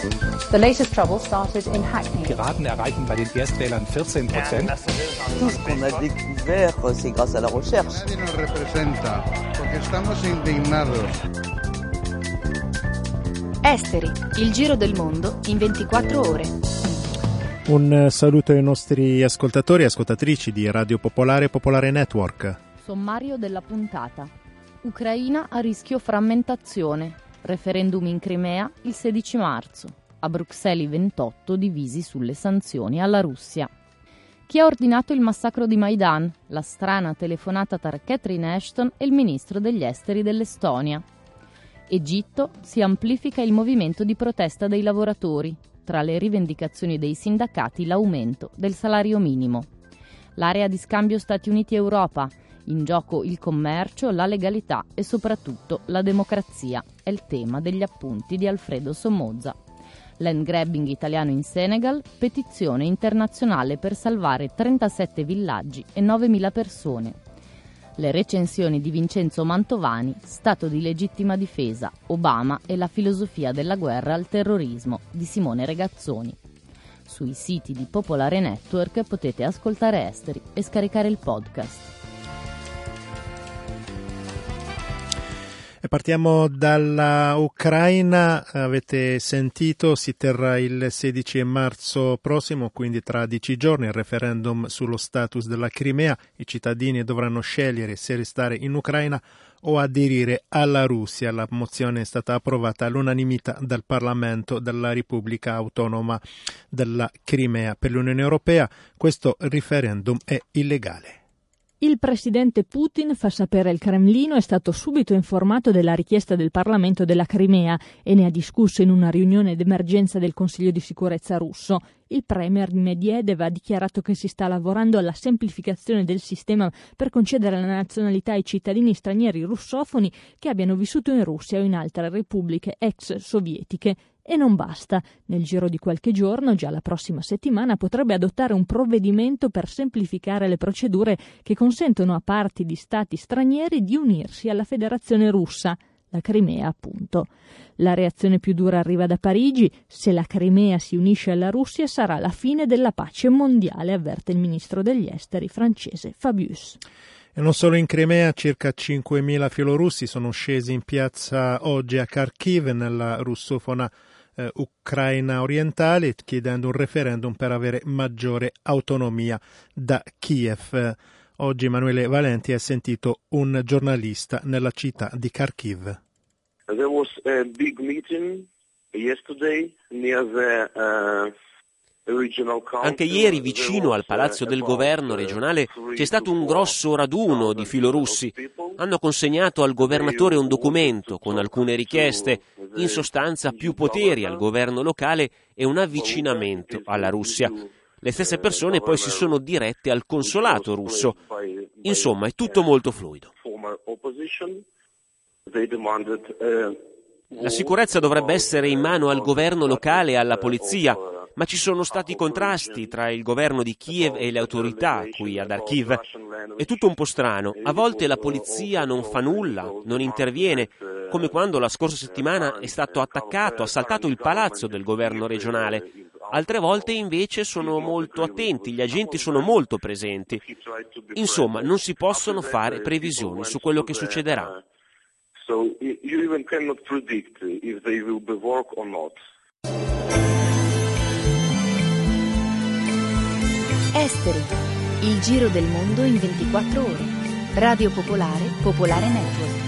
The latest trouble started in Hackney. Piraten erreichen bei den Erstwählern 14%. Tout ce qu'on a découvert, c'est grâce à la recherche. Nadie nos representa, porque estamos indignados. Esteri, il giro del mondo in 24 ore. Un saluto ai nostri ascoltatori e ascoltatrici di Radio Popolare e Popolare Network. Sommario della puntata. Ucraina a rischio frammentazione. Referendum in Crimea il 16 marzo. A Bruxelles i 28 divisi sulle sanzioni alla Russia. Chi ha ordinato il massacro di Maidan? La strana telefonata tra Catherine Ashton e il ministro degli esteri dell'Estonia. Egitto, si amplifica il movimento di protesta dei lavoratori. Tra le rivendicazioni dei sindacati l'aumento del salario minimo. L'area di scambio Stati Uniti-Europa. In gioco il commercio, la legalità e soprattutto la democrazia. È il tema degli appunti di Alfredo Somoza. Land grabbing italiano in Senegal, petizione internazionale per salvare 37 villaggi e 9.000 persone. Le recensioni di Vincenzo Mantovani, Stato di legittima difesa, Obama e la filosofia della guerra al terrorismo di Simone Regazzoni. Sui siti di Popolare Network potete ascoltare Esteri e scaricare il podcast. E partiamo dalla Ucraina. Avete sentito, si terrà il 16 marzo prossimo, quindi tra 10 giorni, il referendum sullo status della Crimea. I cittadini dovranno scegliere se restare in Ucraina o aderire alla Russia. La mozione è stata approvata all'unanimità dal Parlamento della Repubblica Autonoma della Crimea. Per l'Unione Europea questo referendum è illegale. Il presidente Putin, fa sapere il Cremlino, è stato subito informato della richiesta del Parlamento della Crimea e ne ha discusso in una riunione d'emergenza del Consiglio di sicurezza russo. Il premier Medvedev ha dichiarato che si sta lavorando alla semplificazione del sistema per concedere la nazionalità ai cittadini stranieri russofoni che abbiano vissuto in Russia o in altre repubbliche ex sovietiche. E non basta. Nel giro di qualche giorno, già la prossima settimana, potrebbe adottare un provvedimento per semplificare le procedure che consentono a parti di stati stranieri di unirsi alla Federazione Russa, la Crimea appunto. La reazione più dura arriva da Parigi. Se la Crimea si unisce alla Russia sarà la fine della pace mondiale, avverte il ministro degli esteri francese Fabius. E non solo in Crimea, circa 5.000 filorussi sono scesi in piazza oggi a Kharkiv, nella russofona Ucraina orientale, chiedendo un referendum per avere maggiore autonomia da Kiev. Oggi Emanuele Valenti ha sentito un giornalista nella città di Kharkiv. There was a big meeting yesterday near the Anche ieri vicino al palazzo del governo regionale c'è stato un grosso raduno di filorussi. Hanno consegnato al governatore un documento con alcune richieste, in sostanza più poteri al governo locale e un avvicinamento alla Russia. Le stesse persone poi si sono dirette al consolato russo. Insomma, è tutto molto fluido. La sicurezza dovrebbe essere in mano al governo locale e alla polizia, ma ci sono stati contrasti tra il governo di Kiev e le autorità qui ad Kharkiv. È tutto un po' strano. A volte la polizia non fa nulla, non interviene, come quando la scorsa settimana è stato attaccato, assaltato il palazzo del governo regionale. Altre volte invece sono molto attenti, gli agenti sono molto presenti. Insomma, non si possono fare previsioni su quello che succederà. So you even cannot predict if they will be work or not. Esteri, il giro del mondo in 24 ore. Radio Popolare, Popolare Network.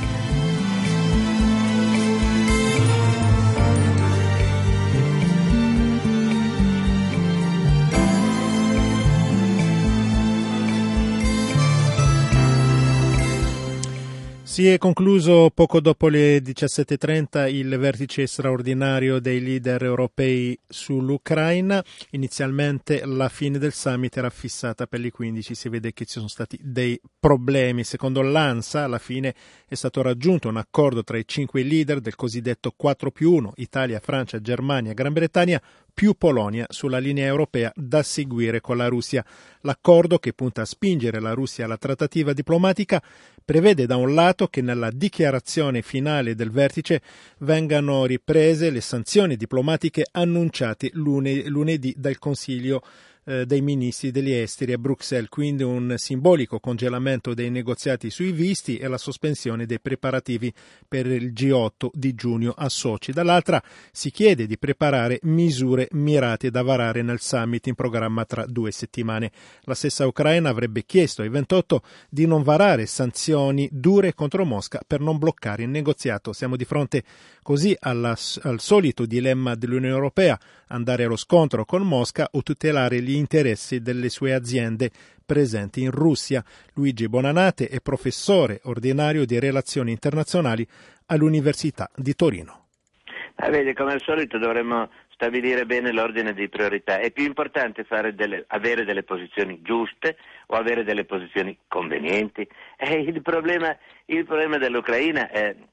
Si è concluso poco dopo le 17.30 il vertice straordinario dei leader europei sull'Ucraina. Inizialmente la fine del summit era fissata per le 15, si vede che ci sono stati dei problemi. Secondo l'ANSA alla fine è stato raggiunto un accordo tra i 5 leader del cosiddetto 4+1, Italia, Francia, Germania, Gran Bretagna, più Polonia sulla linea europea da seguire con la Russia. L'accordo, che punta a spingere la Russia alla trattativa diplomatica, prevede da un lato che nella dichiarazione finale del vertice vengano riprese le sanzioni diplomatiche annunciate lunedì dal Consiglio dei ministri degli esteri a Bruxelles, quindi un simbolico congelamento dei negoziati sui visti e la sospensione dei preparativi per il G8 di giugno a Sochi. Dall'altra si chiede di preparare misure mirate da varare nel summit in programma tra 2 settimane. La stessa Ucraina avrebbe chiesto ai 28 di non varare sanzioni dure contro Mosca per non bloccare il negoziato. Siamo di fronte così al solito dilemma dell'Unione Europea: andare allo scontro con Mosca o tutelare gli interessi delle sue aziende presenti in Russia. Luigi Bonanate è professore ordinario di relazioni internazionali all'Università di Torino. Vedi, come al solito dovremmo stabilire bene l'ordine di priorità. È più importante avere delle posizioni giuste o avere delle posizioni convenienti? Il problema dell'Ucraina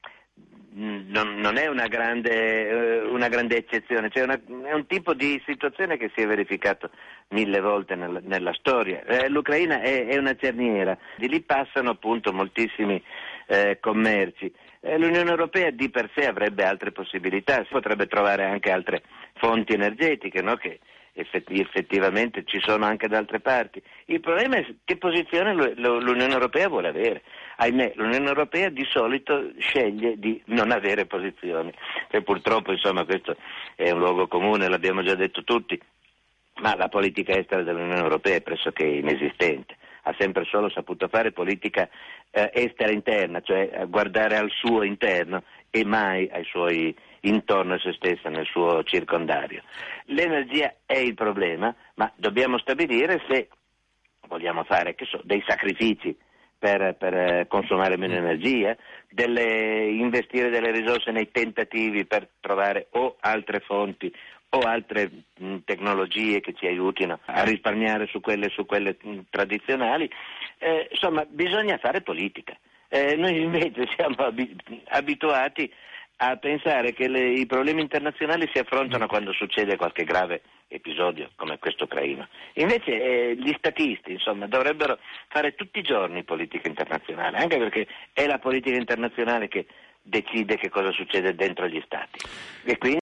non è una grande eccezione, cioè è un tipo di situazione che si è verificato 1000 volte nella storia. L'Ucraina è una cerniera, di lì passano appunto moltissimi commerci. L'Unione Europea di per sé avrebbe altre possibilità, si potrebbe trovare anche altre fonti energetiche, no? Che effettivamente ci sono anche da altre parti. Il problema è che posizione l'Unione Europea vuole avere. Ahimè, l'Unione Europea di solito sceglie di non avere posizioni. E purtroppo, insomma, questo è un luogo comune, l'abbiamo già detto tutti, ma la politica estera dell'Unione Europea è pressoché inesistente. Ha sempre solo saputo fare politica estera interna, cioè guardare al suo interno e mai ai suoi intorno a se stessa, nel suo circondario. L'energia è il problema, ma dobbiamo stabilire se vogliamo fare dei sacrifici per consumare meno energia, investire delle risorse nei tentativi per trovare o altre fonti o altre tecnologie che ci aiutino a risparmiare su quelle tradizionali. Insomma, bisogna fare politica. Noi invece siamo abituati a pensare che i problemi internazionali si affrontano quando succede qualche grave episodio come questo ucraino. Invece gli statisti, insomma, dovrebbero fare tutti i giorni politica internazionale, anche perché è la politica internazionale che decide che cosa succede dentro gli stati. E quindi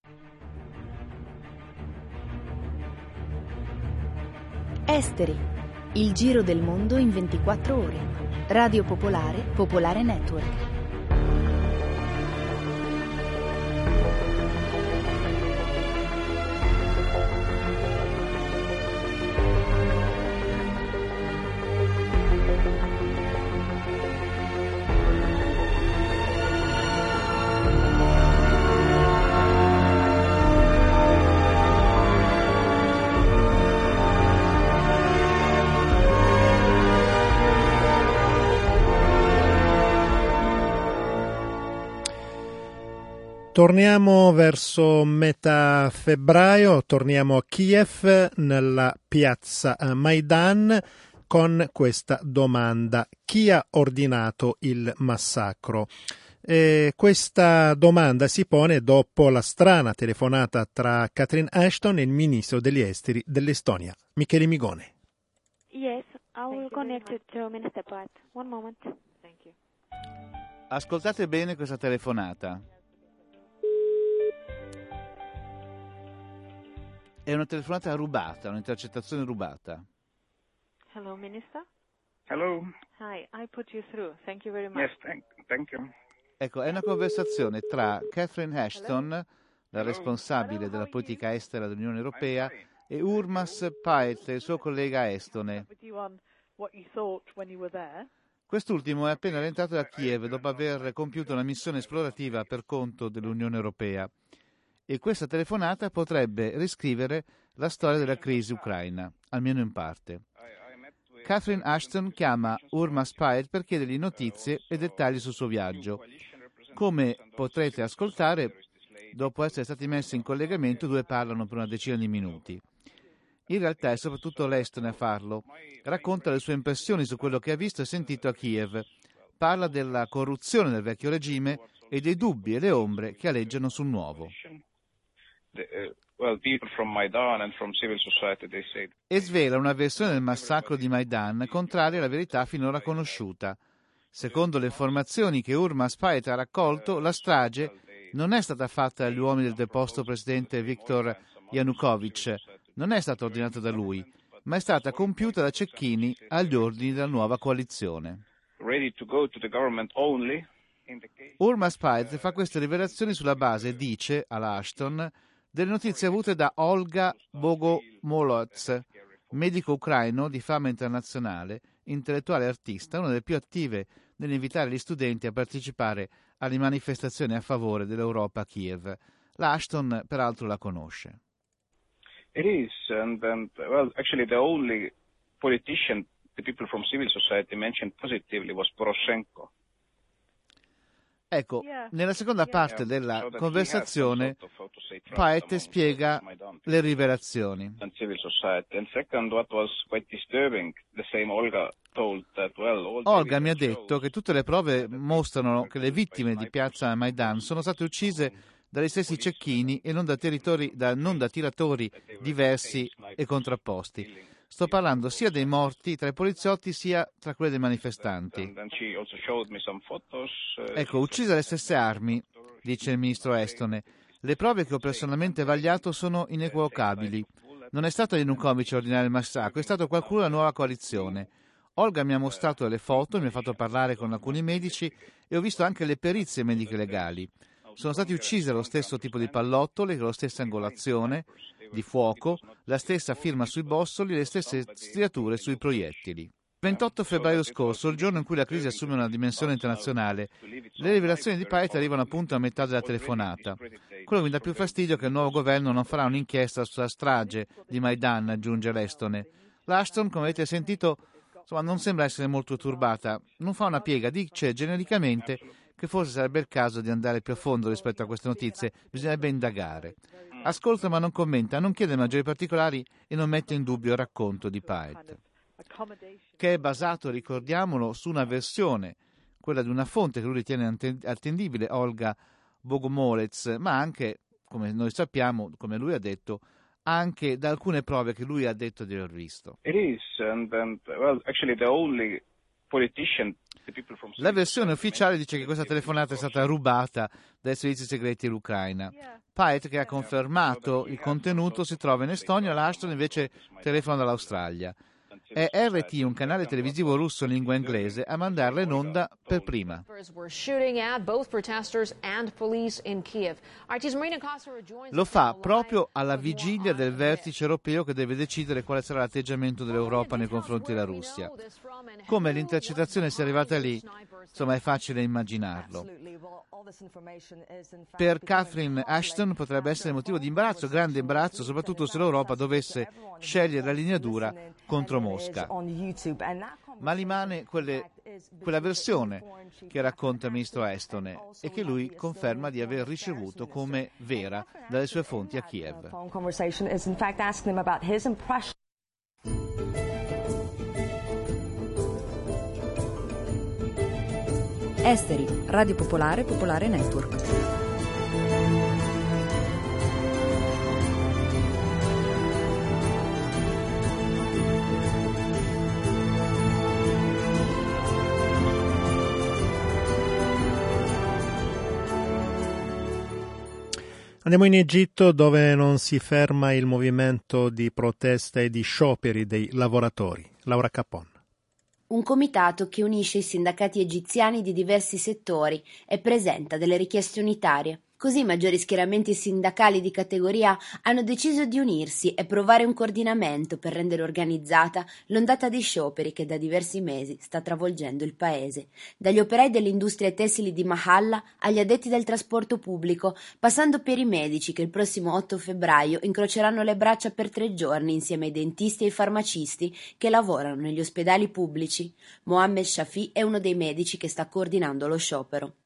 Esteri, il giro del mondo in 24 ore. Radio Popolare, Popolare Network. Torniamo verso metà febbraio, torniamo a Kiev, nella piazza Maidan, con questa domanda: chi ha ordinato il massacro? Questa domanda si pone dopo la strana telefonata tra Catherine Ashton e il ministro degli esteri dell'Estonia, Michele Migone. Yes, I will connect it to Minister Pat. One moment. Thank you. Ascoltate bene questa telefonata. È una telefonata rubata, un'intercettazione rubata. Hello, Minister. Hello. Hi, I put you through. Thank you very much. Yes, thank you. Ecco, è una conversazione tra Catherine Ashton, la responsabile della politica estera dell'Unione Europea, e Urmas Paet, il suo collega estone. Quest'ultimo è appena rientrato da Kiev dopo aver compiuto una missione esplorativa per conto dell'Unione Europea. E questa telefonata potrebbe riscrivere la storia della crisi ucraina, almeno in parte. Catherine Ashton chiama Urmas Paet per chiedergli notizie e dettagli sul suo viaggio. Come potrete ascoltare, dopo essere stati messi in collegamento, due parlano per una decina di minuti. In realtà è soprattutto l'estone a farlo. Racconta le sue impressioni su quello che ha visto e sentito a Kiev. Parla della corruzione del vecchio regime e dei dubbi e le ombre che aleggiano sul nuovo. E svela una versione del massacro di Maidan contraria alla verità finora conosciuta. Secondo le informazioni che Urmas Paet ha raccolto, la strage non è stata fatta dagli uomini del deposto presidente Viktor Yanukovych, non è stata ordinata da lui, ma è stata compiuta da cecchini agli ordini della nuova coalizione. Urmas Paet fa queste rivelazioni sulla base, dice alla Ashton, delle notizie avute da Olga Bogomolets, medico ucraino di fama internazionale, intellettuale e artista, una delle più attive nell'invitare gli studenti a partecipare alle manifestazioni a favore dell'Europa a Kiev. La Ashton peraltro la conosce. It is, and well, actually the only politician the people from civil society mentioned positively was Poroshenko. Ecco, nella seconda parte della conversazione Paet spiega le rivelazioni. Olga mi ha detto che tutte le prove mostrano che le vittime di piazza Maidan sono state uccise dagli stessi cecchini e non da tiratori diversi e contrapposti. Sto parlando sia dei morti tra i poliziotti sia tra quelli dei manifestanti. Ecco, uccise alle stesse armi, dice il ministro estone. Le prove che ho personalmente vagliato sono inequivocabili. Non è stato Yanukovych a ordinare il massacro, è stato qualcuno della nuova coalizione. Olga mi ha mostrato le foto, mi ha fatto parlare con alcuni medici e ho visto anche le perizie mediche legali. Sono stati uccisi dallo stesso tipo di pallottole, con la stessa angolazione di fuoco, la stessa firma sui bossoli e le stesse striature sui proiettili. Il 28 febbraio scorso, il giorno in cui la crisi assume una dimensione internazionale, le rivelazioni di Paet arrivano appunto a metà della telefonata. Quello che mi dà più fastidio è che il nuovo governo non farà un'inchiesta sulla strage di Maidan, aggiunge l'estone. L'Ashton, come avete sentito, insomma, non sembra essere molto turbata, non fa una piega, dice genericamente che forse sarebbe il caso di andare più a fondo rispetto a queste notizie, bisognerebbe indagare. Ascolta ma non commenta, non chiede maggiori particolari e non mette in dubbio il racconto di Paet, che è basato, ricordiamolo, su una versione, quella di una fonte che lui ritiene attendibile, Olga Bogomolets, ma anche, come noi sappiamo, come lui ha detto, anche da alcune prove che lui ha detto di aver visto. It is, and well, actually the only politician. La versione ufficiale dice che questa telefonata è stata rubata dai servizi segreti dell'Ucraina. Paet, che ha confermato il contenuto, si trova in Estonia, l'Ashton invece telefona dall'Australia. È RT, un canale televisivo russo in lingua inglese, a mandarla in onda per prima. Lo fa proprio alla vigilia del vertice europeo che deve decidere quale sarà l'atteggiamento dell'Europa nei confronti della Russia. Come l'intercettazione sia arrivata lì, insomma, è facile immaginarlo. Per Catherine Ashton potrebbe essere motivo di imbarazzo, grande imbarazzo, soprattutto se l'Europa dovesse scegliere la linea dura contro Mosca. Ma rimane quella versione che racconta il ministro estone e che lui conferma di aver ricevuto come vera dalle sue fonti a Kiev. Esteri, Radio Popolare, Popolare Network. Andiamo in Egitto, dove non si ferma il movimento di protesta e di scioperi dei lavoratori. Laura Capon. Un comitato che unisce i sindacati egiziani di diversi settori e presenta delle richieste unitarie. Così i maggiori schieramenti sindacali di categoria hanno deciso di unirsi e provare un coordinamento per rendere organizzata l'ondata di scioperi che da diversi mesi sta travolgendo il paese. Dagli operai delle industrie tessili di Mahalla agli addetti del trasporto pubblico, passando per i medici che il prossimo 8 febbraio incroceranno le braccia per 3 giorni insieme ai dentisti e ai farmacisti che lavorano negli ospedali pubblici. Mohammed Shafi è uno dei medici che sta coordinando lo sciopero.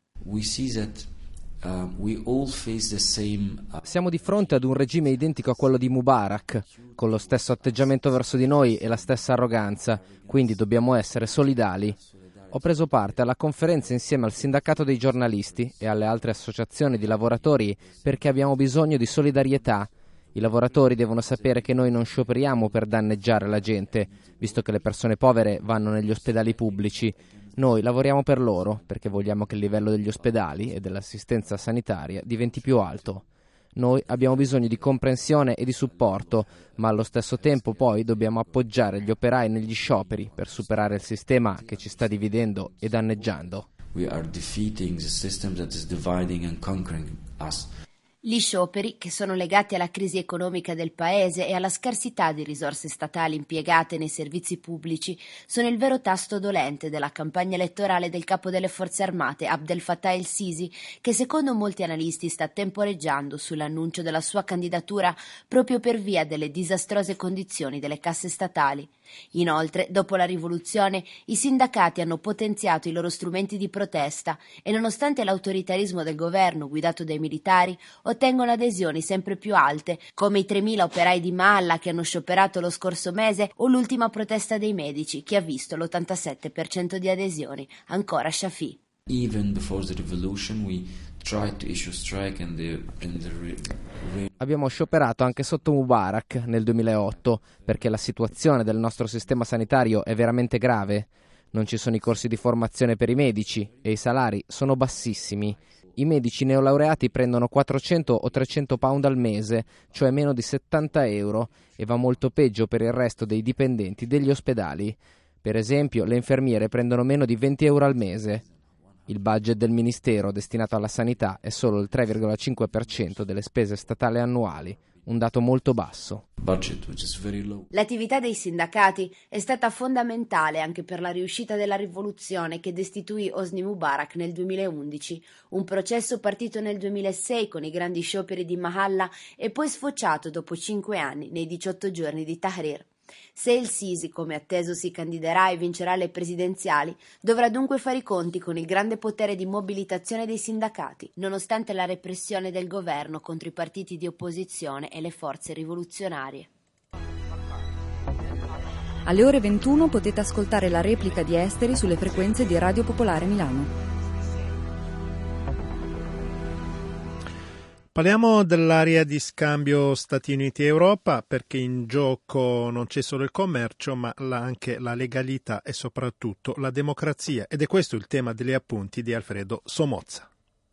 Siamo di fronte ad un regime identico a quello di Mubarak, con lo stesso atteggiamento verso di noi e la stessa arroganza, quindi dobbiamo essere solidali. Ho preso parte alla conferenza insieme al sindacato dei giornalisti e alle altre associazioni di lavoratori perché abbiamo bisogno di solidarietà. I lavoratori devono sapere che noi non scioperiamo per danneggiare la gente, visto che le persone povere vanno negli ospedali pubblici. Noi lavoriamo per loro, perché vogliamo che il livello degli ospedali e dell'assistenza sanitaria diventi più alto. Noi abbiamo bisogno di comprensione e di supporto, ma allo stesso tempo poi dobbiamo appoggiare gli operai negli scioperi per superare il sistema che ci sta dividendo e danneggiando. We are defeating the system that is dividing and conquering us. Gli scioperi, che sono legati alla crisi economica del paese e alla scarsità di risorse statali impiegate nei servizi pubblici, sono il vero tasto dolente della campagna elettorale del capo delle forze armate Abdel Fattah el-Sisi, che secondo molti analisti sta temporeggiando sull'annuncio della sua candidatura proprio per via delle disastrose condizioni delle casse statali. Inoltre, dopo la rivoluzione, i sindacati hanno potenziato i loro strumenti di protesta e, nonostante l'autoritarismo del governo guidato dai militari, ottengono adesioni sempre più alte, come i 3.000 operai di Mahalla che hanno scioperato lo scorso mese o l'ultima protesta dei medici che ha visto l'87% di adesioni. Ancora Shafi. Even before the revolution we tried to issue strike Abbiamo scioperato anche sotto Mubarak nel 2008 perché la situazione del nostro sistema sanitario è veramente grave. Non ci sono i corsi di formazione per i medici e i salari sono bassissimi. I medici neolaureati prendono 400 o 300 pound al mese, cioè meno di 70 euro, e va molto peggio per il resto dei dipendenti degli ospedali. Per esempio, le infermiere prendono meno di 20 euro al mese. Il budget del Ministero destinato alla sanità è solo il 3,5% delle spese statali annuali, un dato molto basso. L'attività dei sindacati è stata fondamentale anche per la riuscita della rivoluzione che destituì Hosni Mubarak nel 2011, un processo partito nel 2006 con i grandi scioperi di Mahalla e poi sfociato dopo 5 anni nei 18 giorni di Tahrir. Se el-Sisi, come atteso, si candiderà e vincerà le presidenziali, dovrà dunque fare i conti con il grande potere di mobilitazione dei sindacati, nonostante la repressione del governo contro i partiti di opposizione e le forze rivoluzionarie. Alle ore 21 potete ascoltare la replica di Esteri sulle frequenze di Radio Popolare Milano. Parliamo dell'area di scambio Stati Uniti-Europa perché in gioco non c'è solo il commercio ma anche la legalità e soprattutto la democrazia, ed è questo il tema degli appunti di Alfredo Somozza.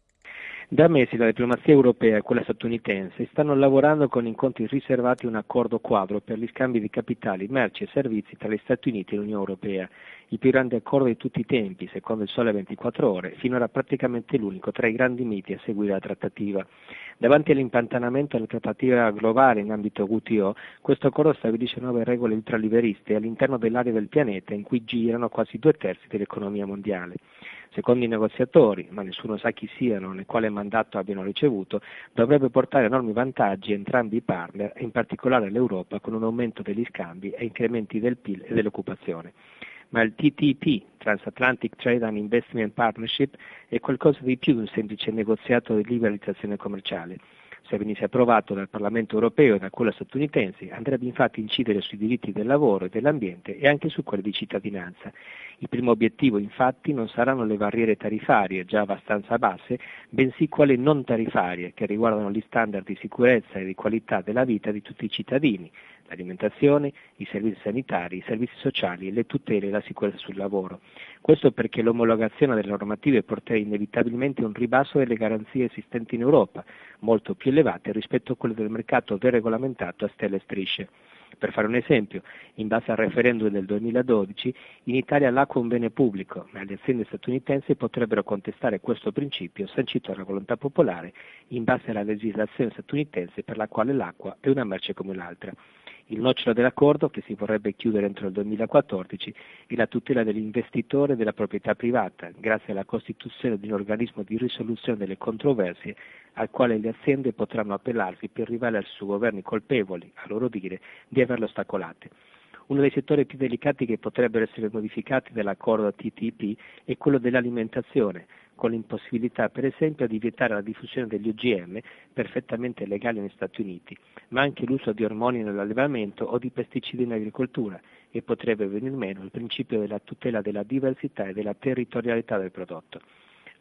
Da mesi la diplomazia europea e quella statunitense stanno lavorando con incontri riservati a un accordo quadro per gli scambi di capitali, merci e servizi tra gli Stati Uniti e l'Unione Europea, il più grande accordo di tutti i tempi, secondo il Sole 24 Ore, finora praticamente l'unico tra i grandi miti a seguire la trattativa. Davanti all'impantanamento della trattativa globale in ambito WTO, questo accordo stabilisce nuove regole ultraliberiste all'interno dell'area del pianeta in cui girano quasi 2/3 dell'economia mondiale. Secondo i negoziatori, ma nessuno sa chi siano né quale mandato abbiano ricevuto, dovrebbe portare enormi vantaggi a entrambi i partner, e in particolare all'Europa, con un aumento degli scambi e incrementi del PIL e dell'occupazione. Ma il TTP, Transatlantic Trade and Investment Partnership, è qualcosa di più di un semplice negoziato di liberalizzazione commerciale. Se venisse approvato dal Parlamento europeo e da quello statunitense, andrebbe infatti a incidere sui diritti del lavoro e dell'ambiente e anche su quelli di cittadinanza. Il primo obiettivo, infatti, non saranno le barriere tariffarie, già abbastanza basse, bensì quelle non tariffarie, che riguardano gli standard di sicurezza e di qualità della vita di tutti i cittadini, l'alimentazione, i servizi sanitari, i servizi sociali, le tutele e la sicurezza sul lavoro. Questo perché l'omologazione delle normative porterà inevitabilmente a un ribasso delle garanzie esistenti in Europa, molto più elevate rispetto a quelle del mercato deregolamentato a stelle e strisce. Per fare un esempio, in base al referendum del 2012, in Italia l'acqua è un bene pubblico, ma le aziende statunitensi potrebbero contestare questo principio sancito dalla volontà popolare in base alla legislazione statunitense per la quale l'acqua è una merce come l'altra. Il nocciolo dell'accordo, che si vorrebbe chiudere entro il 2014, è la tutela dell'investitore e della proprietà privata, grazie alla costituzione di un organismo di risoluzione delle controversie al quale le aziende potranno appellarsi per rivalersi su governi colpevoli, a loro dire, di averle ostacolate. Uno dei settori più delicati che potrebbero essere modificati dall'accordo TTIP è quello dell'alimentazione, con l'impossibilità per esempio di vietare la diffusione degli OGM, perfettamente legali negli Stati Uniti, ma anche l'uso di ormoni nell'allevamento o di pesticidi in agricoltura, e potrebbe venir meno il principio della tutela della diversità e della territorialità del prodotto.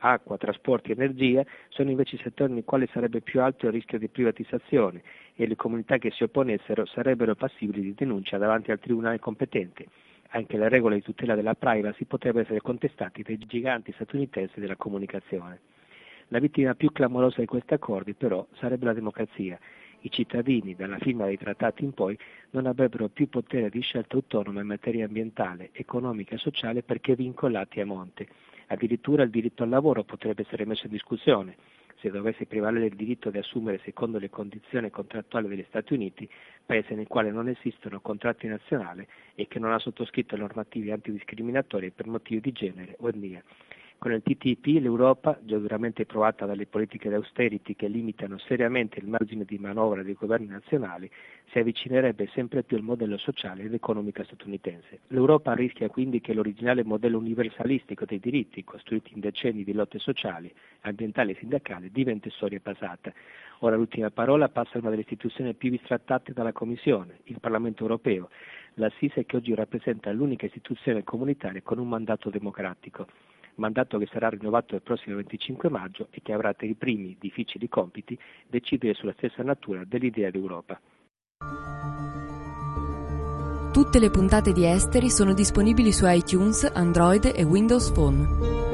acqua, trasporti e energia sono invece i settori nei quali sarebbe più alto il rischio di privatizzazione e le comunità che si opponessero sarebbero passibili di denuncia davanti al tribunale competente. Anche le regole di tutela della privacy potrebbero essere contestate dai giganti statunitensi della comunicazione. La vittima più clamorosa di questi accordi però sarebbe la democrazia. I cittadini, dalla firma dei trattati in poi, non avrebbero più potere di scelta autonoma in materia ambientale, economica e sociale perché vincolati a monte. Addirittura il diritto al lavoro potrebbe essere messo in discussione. Se dovesse prevalere il diritto di assumere secondo le condizioni contrattuali degli Stati Uniti, paese nel quale non esistono contratti nazionali e che non ha sottoscritto normative antidiscriminatorie per motivi di genere o etnia. Con il TTIP l'Europa, già duramente provata dalle politiche di austerity che limitano seriamente il margine di manovra dei governi nazionali, si avvicinerebbe sempre più al modello sociale ed economico statunitense. L'Europa rischia quindi che l'originale modello universalistico dei diritti, costruiti in decenni di lotte sociali, ambientali e sindacali, diventi storia passata. Ora l'ultima parola passa a una delle istituzioni più bistrattate dalla Commissione, il Parlamento europeo, l'assise che oggi rappresenta l'unica istituzione comunitaria con un mandato democratico. Mandato che sarà rinnovato il prossimo 25 maggio e che avrà tra i primi difficili compiti decidere sulla stessa natura dell'idea d'Europa. Tutte le puntate di Esteri sono disponibili su iTunes, Android e Windows Phone.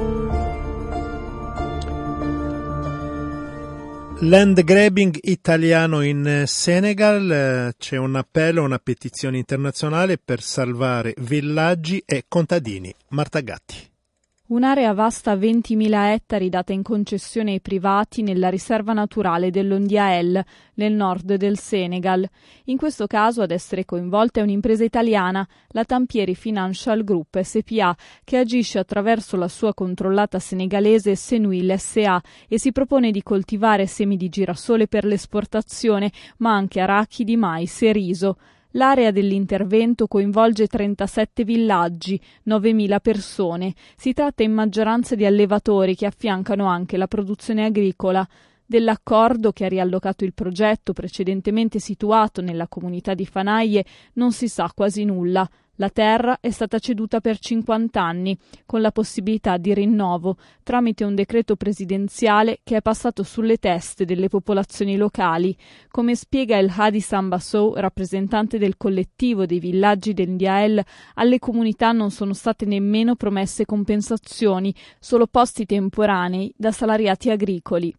Land grabbing italiano in Senegal, c'è un appello, una petizione internazionale per salvare villaggi e contadini. Marta Gatti. Un'area vasta 20.000 ettari data in concessione ai privati nella riserva naturale dell'Ondiael, nel nord del Senegal. In questo caso ad essere coinvolta è un'impresa italiana, la Tampieri Financial Group SPA, che agisce attraverso la sua controllata senegalese Senuil SA e si propone di coltivare semi di girasole per l'esportazione, ma anche arachidi, mais e riso. L'area dell'intervento coinvolge 37 villaggi, 9.000 persone. Si tratta in maggioranza di allevatori che affiancano anche la produzione agricola. Dell'accordo che ha riallocato il progetto precedentemente situato nella comunità di Fanaie non si sa quasi nulla. La terra è stata ceduta per 50 anni, con la possibilità di rinnovo, tramite un decreto presidenziale che è passato sulle teste delle popolazioni locali. Come spiega El Hadi Sambassou, rappresentante del collettivo dei villaggi del Ndiael, alle comunità non sono state nemmeno promesse compensazioni, solo posti temporanei da salariati agricoli.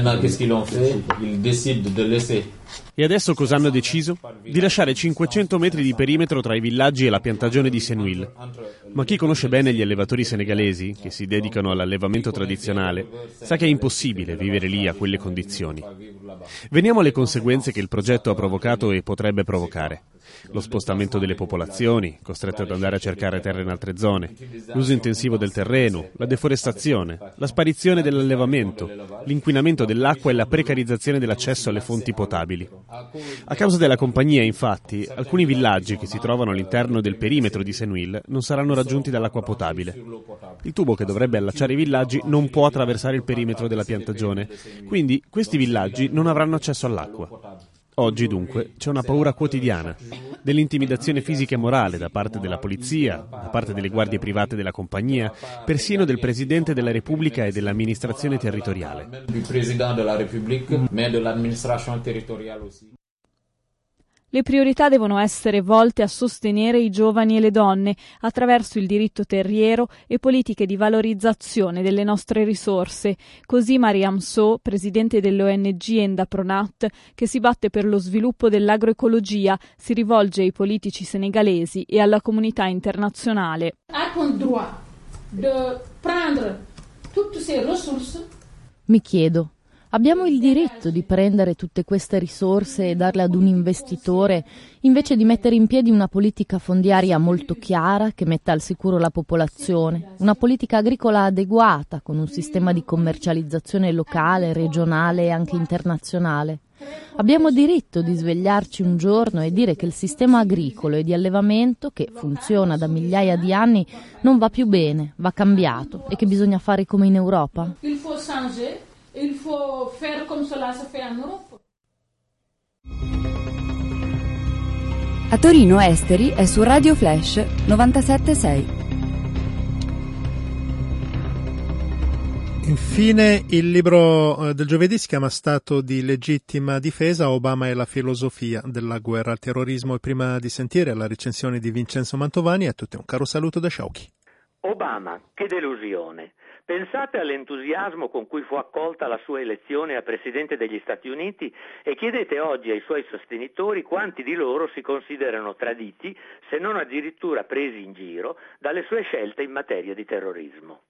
E adesso cosa hanno deciso? Di lasciare 500 metri di perimetro tra i villaggi e la piantagione di Senuil. Ma chi conosce bene gli allevatori senegalesi, che si dedicano all'allevamento tradizionale, sa che è impossibile vivere lì a quelle condizioni. Veniamo alle conseguenze che il progetto ha provocato e potrebbe provocare. Lo spostamento delle popolazioni, costrette ad andare a cercare terre in altre zone, l'uso intensivo del terreno, la deforestazione, la sparizione dell'allevamento, l'inquinamento dell'acqua e la precarizzazione dell'accesso alle fonti potabili. A causa della compagnia, infatti, alcuni villaggi che si trovano all'interno del perimetro di Senuil non saranno raggiunti dall'acqua potabile. Il tubo che dovrebbe allacciare i villaggi non può attraversare il perimetro della piantagione, quindi questi villaggi non avranno accesso all'acqua. Oggi, dunque, c'è una paura quotidiana, dell'intimidazione fisica e morale da parte della polizia, da parte delle guardie private della compagnia, persino del Presidente della Repubblica e dell'amministrazione territoriale. Le priorità devono essere volte a sostenere i giovani e le donne attraverso il diritto terriero e politiche di valorizzazione delle nostre risorse. Così Mariam Sow, presidente dell'ONG Endapronat, che si batte per lo sviluppo dell'agroecologia, si rivolge ai politici senegalesi e alla comunità internazionale. Mi chiedo, abbiamo il diritto di prendere tutte queste risorse e darle ad un investitore invece di mettere in piedi una politica fondiaria molto chiara che metta al sicuro la popolazione, una politica agricola adeguata con un sistema di commercializzazione locale, regionale e anche internazionale. Abbiamo diritto di svegliarci un giorno e dire che il sistema agricolo e di allevamento, che funziona da migliaia di anni, non va più bene, va cambiato e che bisogna fare come in Europa. Il faut faire comme cela se fait en Europe. A Torino Esteri è su Radio Flash 97.6. Infine il libro del giovedì si chiama Stato di legittima difesa, Obama e la filosofia della guerra al terrorismo, e prima di sentire la recensione di Vincenzo Mantovani a tutti un caro saluto da Sciauchi. Obama, che delusione! Pensate all'entusiasmo con cui fu accolta la sua elezione a Presidente degli Stati Uniti e chiedete oggi ai suoi sostenitori quanti di loro si considerano traditi, se non addirittura presi in giro, dalle sue scelte in materia di terrorismo.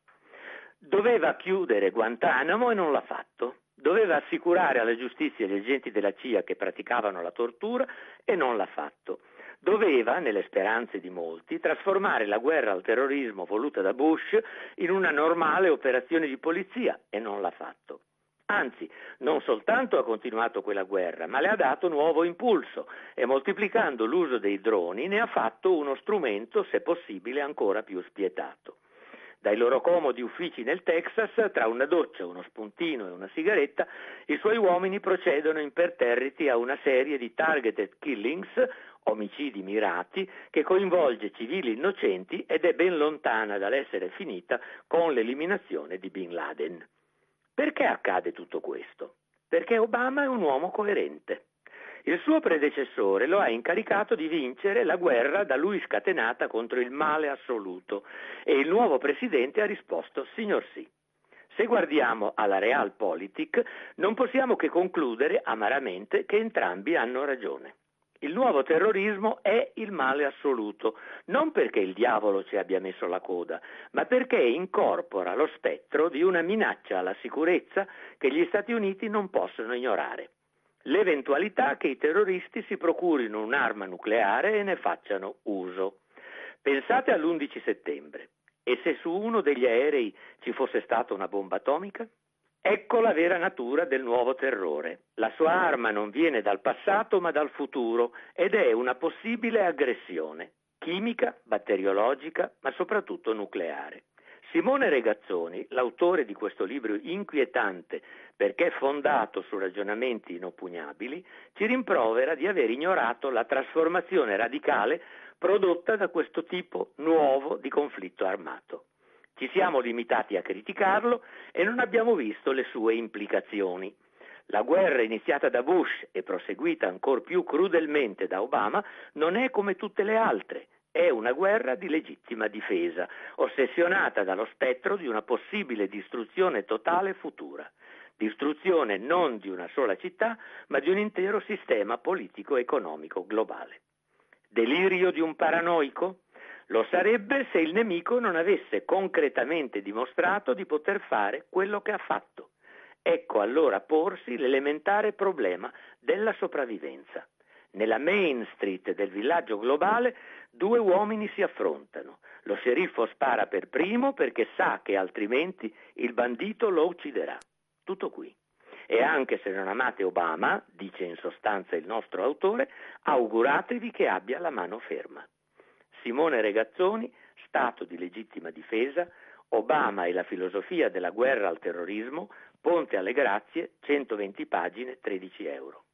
Doveva chiudere Guantanamo e non l'ha fatto. Doveva assicurare alla giustizia gli agenti della CIA che praticavano la tortura e non l'ha fatto. Doveva, nelle speranze di molti, trasformare la guerra al terrorismo voluta da Bush in una normale operazione di polizia e non l'ha fatto. Anzi, non soltanto ha continuato quella guerra, ma le ha dato nuovo impulso e moltiplicando l'uso dei droni ne ha fatto uno strumento, se possibile, ancora più spietato. Dai loro comodi uffici nel Texas, tra una doccia, uno spuntino e una sigaretta, i suoi uomini procedono imperterriti a una serie di targeted killings, omicidi mirati, che coinvolge civili innocenti ed è ben lontana dall'essere finita con l'eliminazione di Bin Laden. Perché accade tutto questo? Perché Obama è un uomo coerente. Il suo predecessore lo ha incaricato di vincere la guerra da lui scatenata contro il male assoluto e il nuovo presidente ha risposto signor sì. Se guardiamo alla realpolitik non possiamo che concludere amaramente che entrambi hanno ragione. Il nuovo terrorismo è il male assoluto, non perché il diavolo ci abbia messo la coda, ma perché incorpora lo spettro di una minaccia alla sicurezza che gli Stati Uniti non possono ignorare. L'eventualità che i terroristi si procurino un'arma nucleare e ne facciano uso. Pensate all'11 settembre. E se su uno degli aerei ci fosse stata una bomba atomica? Ecco la vera natura del nuovo terrore. La sua arma non viene dal passato ma dal futuro ed è una possibile aggressione, chimica, batteriologica, ma soprattutto nucleare. Simone Regazzoni, l'autore di questo libro inquietante perché fondato su ragionamenti inoppugnabili, ci rimprovera di aver ignorato la trasformazione radicale prodotta da questo tipo nuovo di conflitto armato. Ci siamo limitati a criticarlo e non abbiamo visto le sue implicazioni. La guerra iniziata da Bush e proseguita ancor più crudelmente da Obama non è come tutte le altre. È una guerra di legittima difesa, ossessionata dallo spettro di una possibile distruzione totale futura. Distruzione non di una sola città, ma di un intero sistema politico-economico globale. Delirio di un paranoico? Lo sarebbe se il nemico non avesse concretamente dimostrato di poter fare quello che ha fatto. Ecco allora porsi l'elementare problema della sopravvivenza. Nella Main Street del villaggio globale due uomini si affrontano. Lo sceriffo spara per primo perché sa che altrimenti il bandito lo ucciderà. Tutto qui. E anche se non amate Obama, dice in sostanza il nostro autore, auguratevi che abbia la mano ferma. Simone Regazzoni, Stato di legittima difesa, Obama e la filosofia della guerra al terrorismo, Ponte alle Grazie, 120 pagine, 13 euro.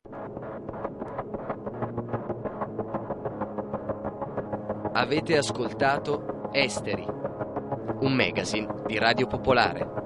Avete ascoltato Esteri, un magazine di Radio Popolare.